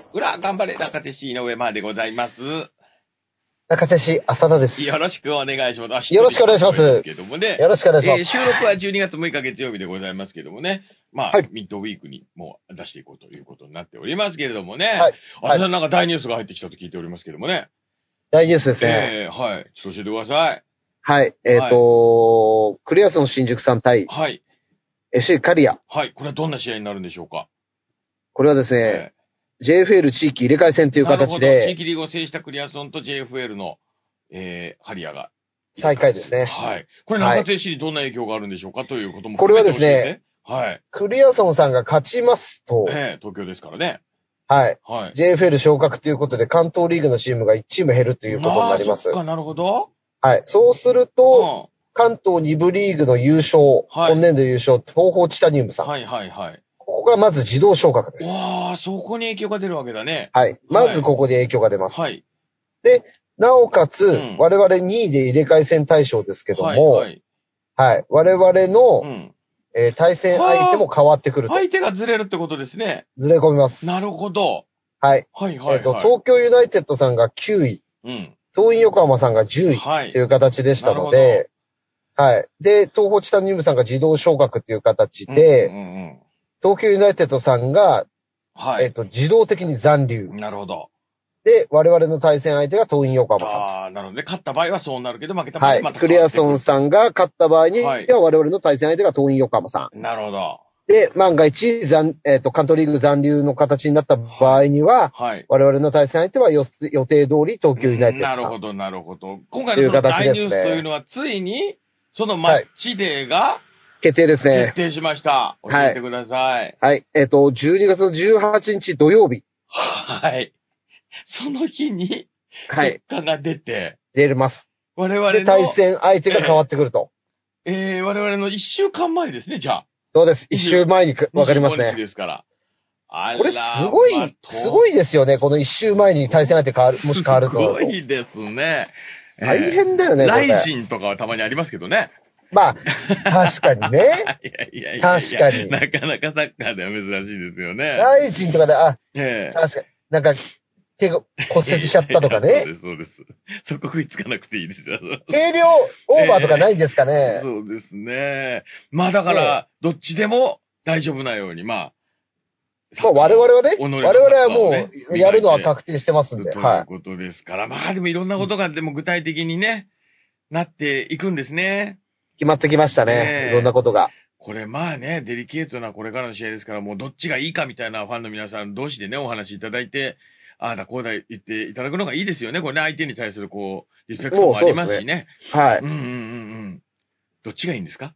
裏頑張れ中手市井上までございます。 中手市浅田です。 よろしくお願いします。 よろしくお願いします。 けどもね、 よろしくお願いします。 収録は12月6日月曜日でございますけどもね。まあ、はい、ミッドウィークにもう出していこうということになっておりますけれどもね。はい。浅田なんか大ニュースが入ってきたと聞いておりますけどもね。 大ニュースですね。 はい。ちょっと教えてください。 はい。クリアスの新宿さん対、 はい。 FC カリア。 はい。これはどんな試合になるんでしょうか。 これはですね、JFL 地域入れ替え戦という形で。 地域リーグを制したクリアソンと JFL の、カリアが。 再開ですね。 はい。これ中手市にどんな影響があるんでしょうかということも。 これはですね、 はい。 クリアソンさんが勝ちますと。 東京ですからね。 はい。はい。JFL 昇格ということで関東リーグのチームが1チーム減るということになります。 そっか、なるほど。 はい。そうすると、関東2部リーグの優勝、今年度優勝、東方チタニウムさん。 はいはいはい。 ここがまず自動昇格です。 わあ、そこに影響が出るわけだね。 はい。まずここで影響が出ます。 はい。 で、なおかつ、我々2位で入れ替え戦対象ですけども、はい。我々の、対戦相手も変わってくると。 相手がずれるってことですね。 ずれ込みます。 なるほど。 はい。 はいはい。 東京ユナイテッドさんが9位。東院横浜さんが10位という形でしたので、はい。で、東方チタニウムさんが自動昇格という形で、東京ユナイテッドさんが、自動的に残留。 なるほど。 で、我々の対戦相手が東院横浜さん。 ああ、なるほどね。勝った場合はそうなるけど、負けた場合はまたクリアソンさんが勝った場合には、我々の対戦相手が東院横浜さん。 なるほど。 で、万が一、関東リーグ残留の形になった場合には、我々の対戦相手は予定通り東京ユナイテッドさん。 なるほど、なるほど。今回の大ニュースというのは、ついに、そのマッチデーが、 決定ですね。 決定しました。教えてください。 はい。12月の18日土曜日。 はい。その日に、結果が出て。 出ます。 我々の。 で、対戦相手が変わってくると。 我々の1週間前ですね、じゃあ。 そうです。1週前にわかりますね。 ですから。 これすごいですよね。この1週前に対戦相手もし変わると。すごいですね。 大変だよね、 ライジンとかはたまにありますけどね。 まあ、確かにね。確かに。 なかなかサッカーでは珍しいですよね。 ライジンとかで、確かに。なんか、手が骨折しちゃったとかね。 そうです、そうです。そこ食いつかなくていいですよ。 軽量オーバーとかないんですかね。 そうですね。まあだから、どっちでも大丈夫なように、まあ我々はね、我々はもう、やるのは確定してますんで。 ということですから、まあでもいろんなことがでも具体的にね、なっていくんですね。 決まってきましたね。いろんなことが。 これまあね、デリケートなこれからの試合ですから、もうどっちがいいかみたいなファンの皆さん同士でね、お話いただいて、ああだこうだ言っていただくのがいいですよね。これね、相手に対するこう、リスペクトもありますしね。 はい。 どっちがいいんですか？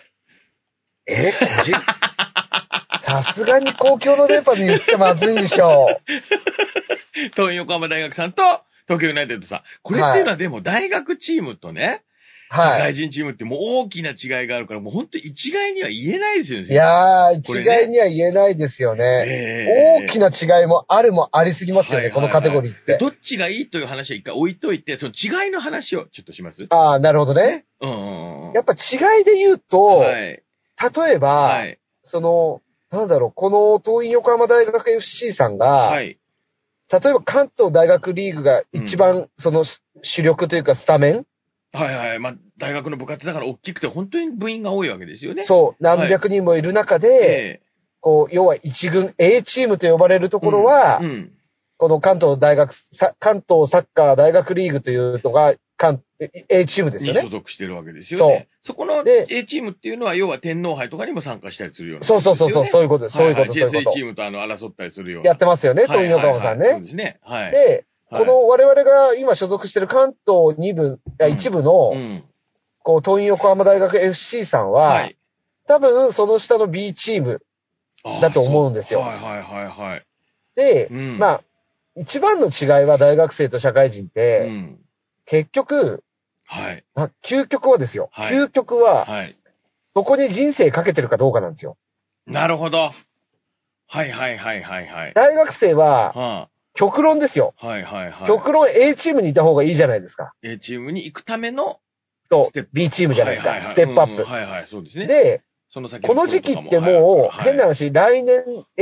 さすがに公共の電波で言ってまずいでしょう。 東京横浜大学さんと東京ユナイテッドさん。これっていうのはでも大学チームとね、外人チームってもう大きな違いがあるから、もう本当一概には言えないですよね。 いやー、一概には言えないですよね。大きな違いもありすぎますよね、このカテゴリーって。 どっちがいいという話は一回置いといて、その違いの話をちょっとします？ ああ、なるほどね。やっぱ違いで言うと、例えば、この東院横浜大学 FC さんが、例えば関東大学リーグが一番主力というかスタメン、 まあ、大学の部活だから大きくて本当に部員が多いわけですよね。 そう。何百人もいる中で、要は一軍 A チームと呼ばれるところは、この関東サッカー大学リーグというのが、A チームですよね。 に所属してるわけですよね。そこの A チームっていうのは、要は天皇杯とかにも参加したりするような、 そういうことです。 JSA チームと争ったりするような。 やってますよね、東横浜さんね。 そうですね。 で、この我々が今所属している関東一部の、東院横浜大学 FC さんは、多分その下の B チームだと思うんですよ。で、まあ、一番の違いは大学生と社会人って、結局、究極はですよ。究極は、そこに人生かけてるかどうかなんですよ。 なるほど。大学生は、極論ですよ。極論 A チームにいた方がいいじゃないですか。 A チームに行くための、 B チームじゃないですか。ステップアップ。 そうですね。 で、この時期ってもう、変な話、来年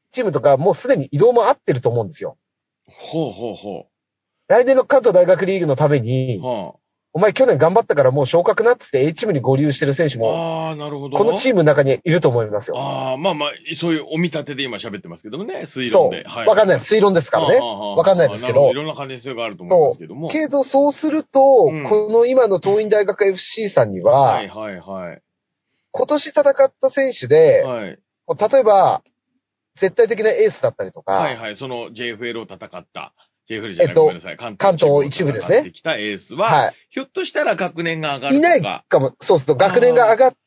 チームとかもうすでに移動もあってると思うんですよ。 ほうほうほう。 来年の関東大学リーグのために、お前去年頑張ったからもう昇格なっつって A チームに合流してる選手も、 なるほど。 このチームの中にいると思いますよ。 まあまあ、そういうお見立てで今喋ってますけどもね、推論で。 そう。わかんない。推論ですからね。わかんないですけど。 いろんな可能性があると思うんですけども。 けど、そうすると、この今の東院大学 FC さんには、 はいはいはい。 今年戦った選手で、例えば、絶対的なエースだったりとか、 はいはい、その JFL を戦った。JFL じゃない、ごめんなさい。 関東一部ですね。 きたエースは、ひょっとしたら学年が上がるとか。 いないかも、そうすると学年が上がって、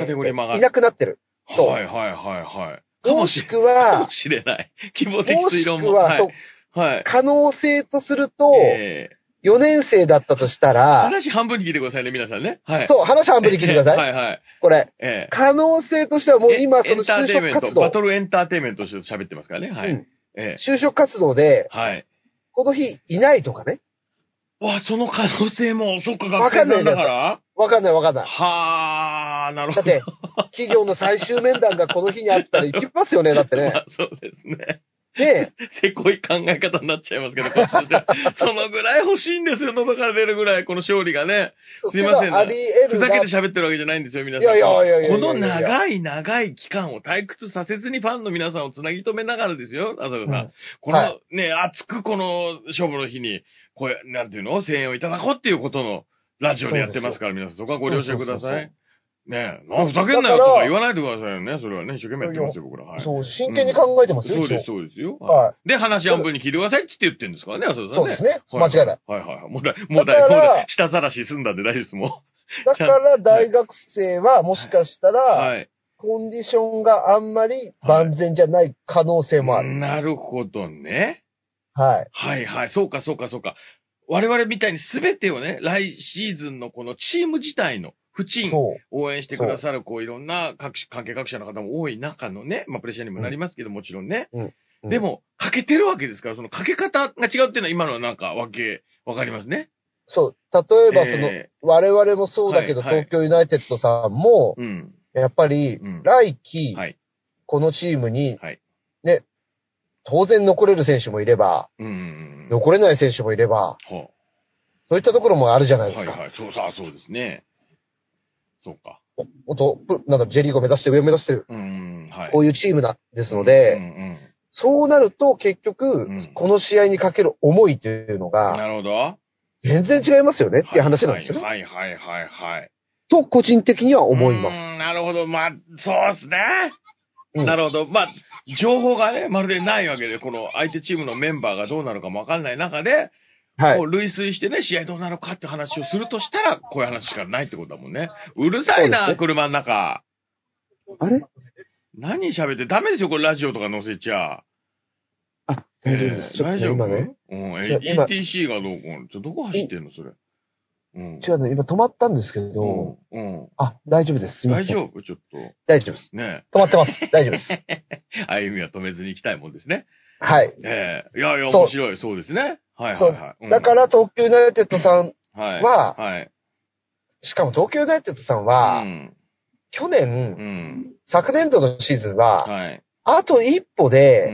いなくなってる。そう。 はいはいはいはい。 もしくは、 かもしれない。希望的推論も。 もしくは、そう、可能性とすると、4年生だったとしたら、 話半分に聞いてくださいね、皆さんね。はい。 そう、話半分に聞いてください。 はいはい。 これ、可能性としてはもう今、その就職活動。 バトルエンターテイメントとして喋ってますからね。はい。 就職活動で、 はい。 この日いないとかね。 その可能性も、そっか、学生なんだからわかんない。 はなるほど。 だって、企業の最終面談がこの日にあったら行きますよね、だってね。 そうですね。 ねえ。せこい考え方になっちゃいますけど、こっちとしては。そのぐらい欲しいんですよ、喉から出るぐらい、この勝利がね。すいません。ふざけて喋ってるわけじゃないんですよ、皆さん。 いや。 この長い期間を退屈させずにファンの皆さんをつなぎ止めながらですよ、浅田さん。このね、熱くこの勝負の日に、これ、なんていうの声援をいただこうっていうことのラジオでやってますから、皆さん、そこはご了承ください。ねえ、ふざけんなよとか言わないでくださいよね。それはね、一生懸命やってますよ、僕ら。はい。 そう、真剣に考えてますよ、 そうですよ。はい。で、話半分に聞いてくださいって言ってるんですからね、浅田さんね。 そうですね。間違いない。 はい。もうだい、下ざらし済んだんで大丈夫です、もう。 だから大学生はもしかしたら、コンディションがあんまり万全じゃない可能性もある。 なるほどね。 はい。 はい。そうか。我々みたいに全てをね、来シーズンのこのチーム自体の不チーム、応援してくださる、いろんな関係各社の方も多い中のね、プレッシャーにもなりますけど、もちろんね。でも、かけてるわけですから、そのかけ方が違うっていうのは今のはなんかわかりますね。 そう。例えば我々もそうだけど、東京ユナイテッドさんも、やっぱり、来季、このチームに、ね、当然残れる選手もいれば、残れない選手もいれば、そういったところもあるじゃないですか。 そうですね。そうか。 J リーグを目指して上を目指してる。こういうチームですので、そうなると結局、この試合にかける思いというのが、 なるほど。 全然違いますよねっていう話なんですよね。 はい。 と、個人的には思います。 なるほど。そうですね。なるほど。情報がね、まるでないわけで、この相手チームのメンバーがどうなるかもわかんない中で、類推してね、試合どうなるかって話をするとしたら、こういう話しかないってことだもんね。うるさいな、車の中。 あれ何喋ってダメですよ、これラジオとか載せちゃ。 大丈夫です。ちょっと今ね。 ETC がどうこう。どこ走ってんの、それ。 違うね、今止まったんですけど。大丈夫です。すみません。 大丈夫ちょっと。 大丈夫です。 ね止まってます。大丈夫です。 歩みは止めずに行きたいもんですね。 はい。 いや、面白い。そうですね。はい。 だから、東京ユナイテッドさんは、しかも東京ユナイテッドさんは、去年、昨年度のシーズンは、あと一歩で、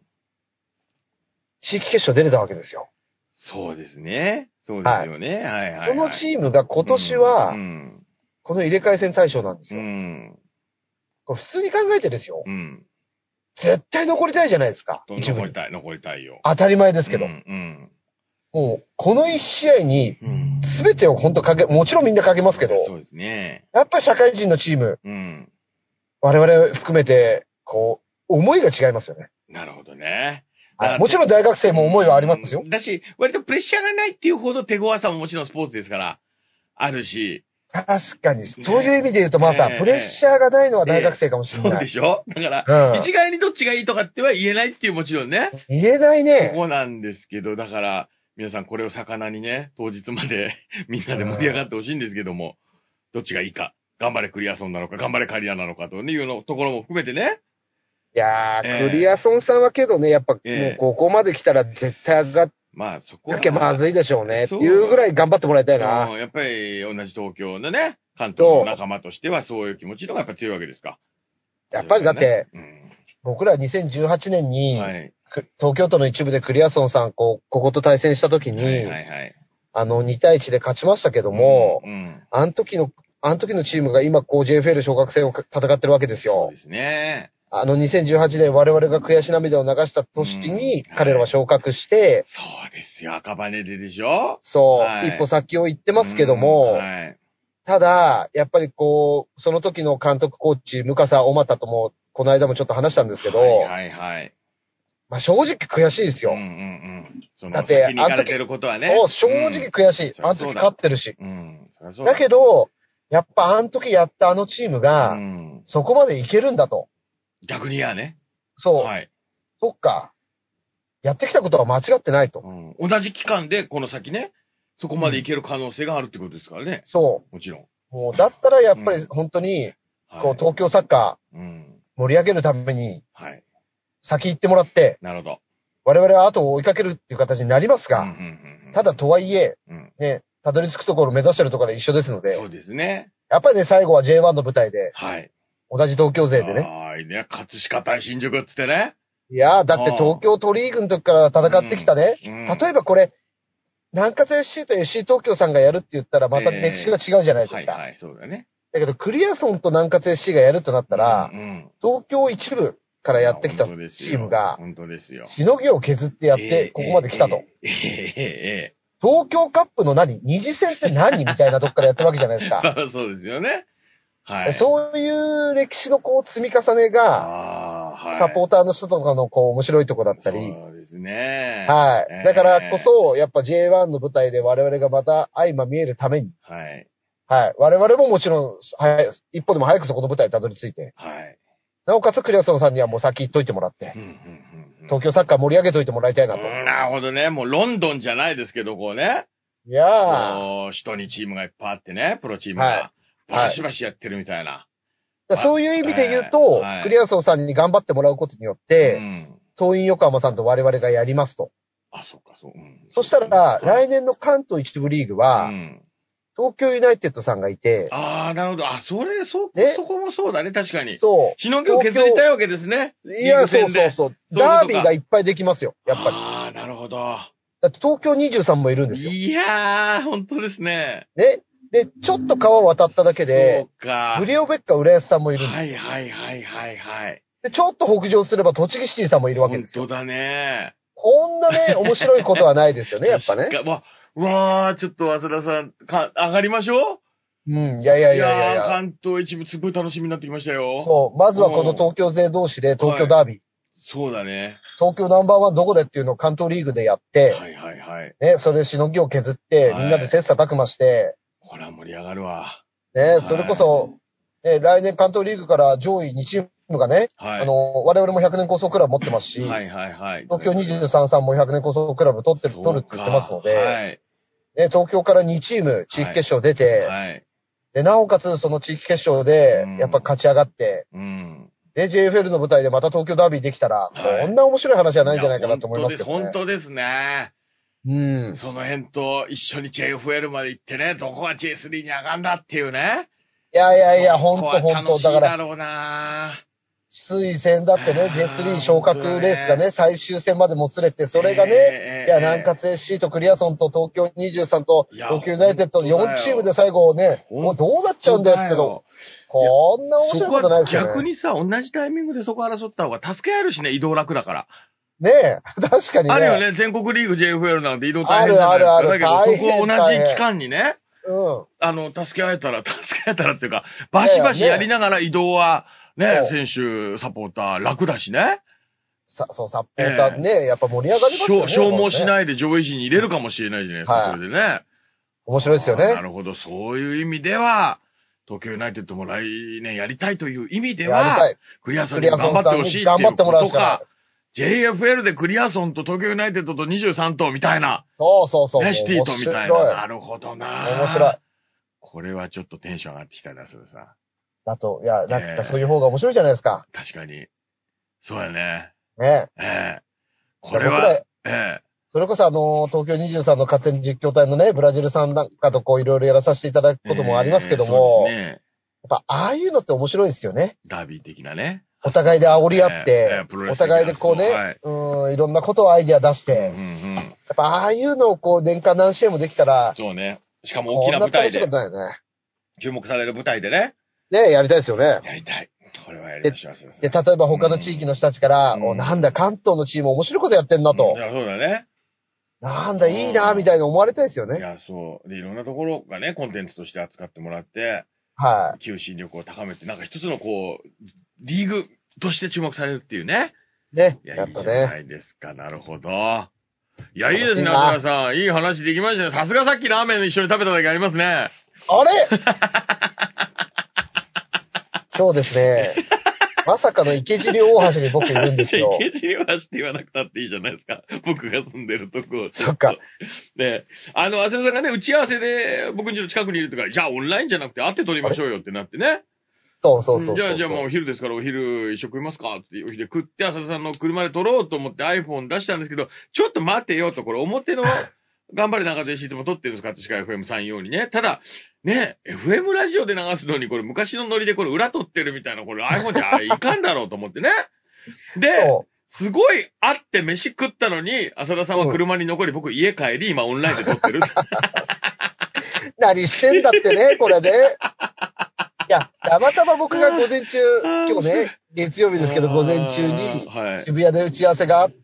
地域決勝出れたわけですよ。 そうですね。そうですよね。はい。 このチームが今年は、この入れ替え戦対象なんですよ。これ普通に考えてですよ。絶対残りたいじゃないですか。 残りたいよ。 当たり前ですけど。もう、この一試合に、すべてを本当もちろんみんなかけますけど、 そうですね。 やっぱり社会人のチーム、我々含めて、思いが違いますよね。 なるほどね。 もちろん大学生も思いはありますよ。 だし、割とプレッシャーがないっていうほど手強さももちろんスポーツですから、あるし。 確かに、そういう意味で言うと、まあさ、プレッシャーがないのは大学生かもしれない。 そうでしょだから、一概にどっちがいいとかっては言えないっていうもちろんね。 言えないね。 ここなんですけど、だから、皆さんこれを魚にね、当日までみんなで盛り上がってほしいんですけども、どっちがいいか。頑張れクリアソンなのか、頑張れカリアなのかというのところも含めてね。 いやー、クリアソンさんはけどね、やっぱ、もうここまで来たら絶対上がって、 そこだけまずいでしょうね。っていうぐらい頑張ってもらいたいな。 やっぱり同じ東京のね、関東の仲間としてはそういう気持ちの方がやっぱ強いわけですか。 やっぱりだって、 僕ら2018年に、 はい。 東京都の一部でクリアソンさん、ここと対戦した時に、 はいはいはい。 2対1で勝ちましたけども、あの時のチームが今JFL 昇格戦を戦ってるわけですよ。 そうですね。 2018年我々が悔し涙を流した年に彼らは昇格して、 そうですよ。赤羽ででしょ。 そう、一歩先を行ってますけども、ただ、やっぱりその時の監督コーチ、向笠小俣とも、この間もちょっと話したんですけど、 はいはい。 まあ正直悔しいですよ。 だって、あの時、 そう、正直悔しい。あの時勝ってるし。だけど、やっぱあの時やったあのチームが、そこまでいけるんだと。 逆にね。 そう。はい。そっか。やってきたことは間違ってないと。 同じ期間でこの先ね、そこまでいける可能性があるってことですからね。 そう。 もちろん。 もう、だったらやっぱり本当に、東京サッカー、盛り上げるために、先行ってもらって、 なるほど。 我々は後を追いかけるっていう形になりますが、ただとはいえ、ね、たどり着くところを目指してるところは一緒ですので、 そうですね。 やっぱりね、最後は J1 の舞台で、 はい。 同じ東京勢でね。 はいね、葛飾対新宿っつってね。 いやー、だって東京都リーグの時から戦ってきたね。例えばこれ、南葛 FC と FC 東京さんがやるって言ったらまた歴史が違うじゃないですか。 はい、そうだね。 だけど、クリアソンと南葛 FC がやるとなったら、東京一部からやってきたチームが、 本当ですよ。 しのぎを削ってやって、ここまで来たと。東京カップの二次戦って何みたいなとこからやってるわけじゃないですか。 そうですよね。はい。 そういう歴史の積み重ねが、サポーターの人とかの面白いとこだったり。 そうですね。 はい。だからこそ、やっぱ J1 の舞台で我々がまた相まみえるために。 はい。 はい。我々ももちろん、一歩でも早くそこの舞台にたどり着いて。はい。なおかつクリアソンさんにはもう先行っといてもらって。東京サッカー盛り上げといてもらいたいなと。 なるほどね。もうロンドンじゃないですけど、ね。 いやー。 人にチームがいっぱいあってね、プロチームが。はい。バシバシやってるみたいな。 そういう意味で言うと、クリアソンさんに頑張ってもらうことによって、東院横浜さんと我々がやりますと。 あ、そうか、そう。 そしたら、来年の関東一部リーグは、東京ユナイテッドさんがいて。 ああ、なるほど。そこもそうだね、確かに。 そう。 しのぎを削りたいわけですね。 いや、そう。ダービーがいっぱいできますよ、やっぱり。 ああ、なるほど。 だって東京23もいるんですよ。 いやー、本当ですね。 ね。で、ちょっと川渡っただけで、ブリオベッカ浦安さんもいるんですよ。 はい。 で、ちょっと北上すれば栃木シティさんもいるわけですよ。 本当だね。 こんなね、面白いことはないですよね、やっぱね。 わー、ちょっと、早稲田さん、上がりましょう。いや。 関東一部すごい楽しみになってきましたよ。 そう。まずはこの東京勢同士で東京ダービー。 そうだね。 東京ナンバーワンどこでっていうのを関東リーグでやって。 はい。 ね、それでしのぎを削って、みんなで切磋琢磨して。 ほら、盛り上がるわ。 ね、それこそ、来年関東リーグから上位2チームがね、我々も100年構想クラブ持ってますし、 はい。 東京23さんも100年構想クラブ取るって言ってますので、東京から2チーム地域決勝出て、で、なおかつその地域決勝で、やっぱ勝ち上がって、で、JFL の舞台でまた東京ダービーできたら、こんな面白い話じゃないんじゃないかなと思いますけどね。 本当ですね。その辺と一緒に JFL まで行ってね、どこが J3 に上がんだっていうね。 いや、ほんと。だから。 楽しいだろうな。 推薦だってね、J3 昇格レースがね、最終戦までもつれて、それがね、南葛 FC とクリアソンと東京23と東京ユナイテッドの4チームで最後ね、もうどうなっちゃうんだよっての。こんな面白いことないですよね。 逆にさ、同じタイミングでそこ争った方が助け合えるしね、移動楽だから。 ねえ、確かにね。 あるよね、全国リーグ JFL なんて移動大変じゃないですか。だけど、そこ同じ期間にね、助け合えたらっていうか、バシバシやりながら移動は、ね、選手、サポーター、楽だしね。 サポーターね、やっぱ盛り上がりますよね。 消耗しないで上位陣に入れるかもしれないじゃないですか、それでね。 面白いですよね。 なるほど、そういう意味では、東京ユナイテッドも来年やりたいという意味では、クリアソンに頑張ってほしいっていうことか、JFL でクリアソンと東京ユナイテッドと23とみたいな。 そう。 ね、シティとみたいな。なるほどな。 面白い。 これはちょっとテンション上がってきたな、それさ。 だと、いや、なんかそういう方が面白いじゃないですか。 確かに。そうやね。 これは、それこそ東京23の勝手に実況隊のね、ブラジルさんなんかといろいろやらさせていただくこともありますけども、やっぱああいうのって面白いですよね。 ダービー的なね。 お互いで煽り合って、お互いでこうね、いろんなことをアイデア出して、やっぱああいうのをこう年間何試合もできたら、 そうね。しかも大きな舞台で。 こんな楽しいことないよね。 注目される舞台でね。 ね、やりたいですよね。 やりたい。これはやりましょう。 で、例えば他の地域の人たちから、なんだ、関東のチーム面白いことやってんなと。 いや、そうだね。 なんだ、いいな、みたいに思われたいですよね。 いや、そう。で、いろんなところがね、コンテンツとして扱ってもらって、 はい。 求心力を高めて、なんか一つのこう、リーグとして注目されるっていうね。 ね。 いや、いいじゃないですか。なるほど。いや、いいですね、浅田さん。いい話できましたね。さすがさっきラーメン一緒に食べただけありますね。 あれそうですね。まさかの池尻大橋に僕いるんですよ。 池尻大橋って言わなくたっていいじゃないですか。僕が住んでるとこ。 そっか。 ね浅田さんがね、打ち合わせで僕ん家の近くにいるとから、じゃあオンラインじゃなくて会って撮りましょうよってなってね。 そう。じゃあもうお昼ですからお昼一緒食いますかってお昼で食って浅田さんの車で撮ろうと思って iPhone 出したんですけど、ちょっと待てよと、これ表の頑張れ中でいつも撮ってるんですかってしか FM34 にね。ただ、ね、FM ラジオで流すのにこれ昔のノリでこれ裏撮ってるみたいな、これ iPhone じゃいかんだろうと思ってね。で、すごい会って飯食ったのに、浅田さんは車に残り、僕家帰り、今オンラインで撮ってる。 何してんだってね、これね。いや、たまたま僕が午前中、今日ね、月曜日ですけど午前中に渋谷で打ち合わせがあって、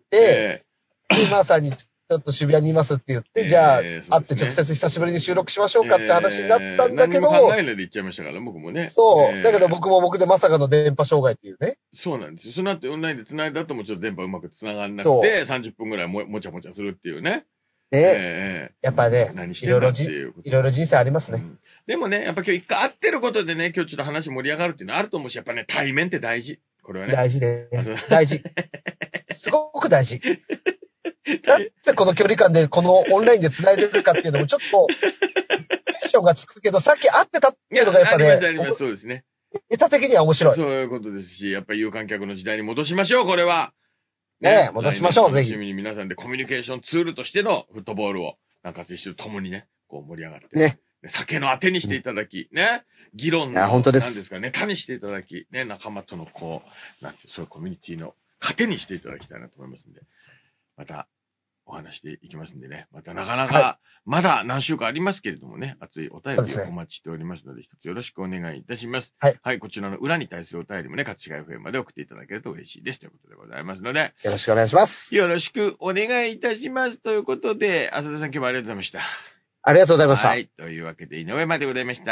今さんにちょっと渋谷にいますって言って、じゃあ、会って直接久しぶりに収録しましょうかって話になったんだけど、 何も考えないで行っちゃいましたから、僕もね。 そう。だけど僕も僕でまさかの電波障害っていうね。 そうなんですよ。その後オンラインで繋いだ後もちょっと電波うまく繋がんなくて、30分ぐらいもちゃもちゃするっていうね。 やっぱね、いろいろ人生ありますね。 でもね、やっぱ今日一回会ってることでね、今日ちょっと話盛り上がるっていうのはあると思うし、やっぱね、対面って大事。これはね。 大事で。大事。すごく大事。だってこの距離感でこのオンラインで繋いでるかっていうのもちょっと、テンションがつくけど、さっき会ってたっていうのがやっぱね。 あります、そうですね。 ネタ的には面白い。 そういうことですし、やっぱり有観客の時代に戻しましょう、これは。 ね戻しましょう、ぜひ。 楽しみに皆さんでコミュニケーションツールとしてのフットボールを、なんか一緒ともにね、こう盛り上がって。 ね。 酒のあてにしていただき、ね。議論の、 本当です。 なんですか、ネタにしていただき、ね、仲間とのこう、なんて、そういうコミュニティの糧にしていただきたいなと思いますんで、また、お話していきますんでね。またなかなか、まだ何週間ありますけれどもね、熱いお便りをお待ちしておりますので、一つよろしくお願いいたします。はい。こちらの裏に対するお便りもね、葛飾 FM まで送っていただけると嬉しいです。ということでございますので。 よろしくお願いします。 よろしくお願いいたします。ということで、浅田さん今日もありがとうございました。 ありがとうございました。 はい。というわけで、井上までございました。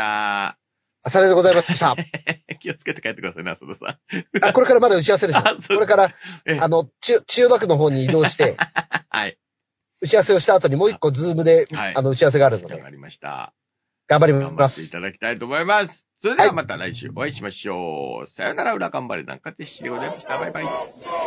浅田でございました。 気をつけて帰ってくださいね、浅田さん。これからまだ打ち合わせですよ。これから、千代田区の方に移動して、 はい。 打ち合わせをした後にもう一個ズームで、打ち合わせがあるので。 わかりました。 頑張ります。 頑張っていただきたいと思います。それではまた来週お会いしましょう。さよなら、裏頑張れなんかてしでございました。バイバイ。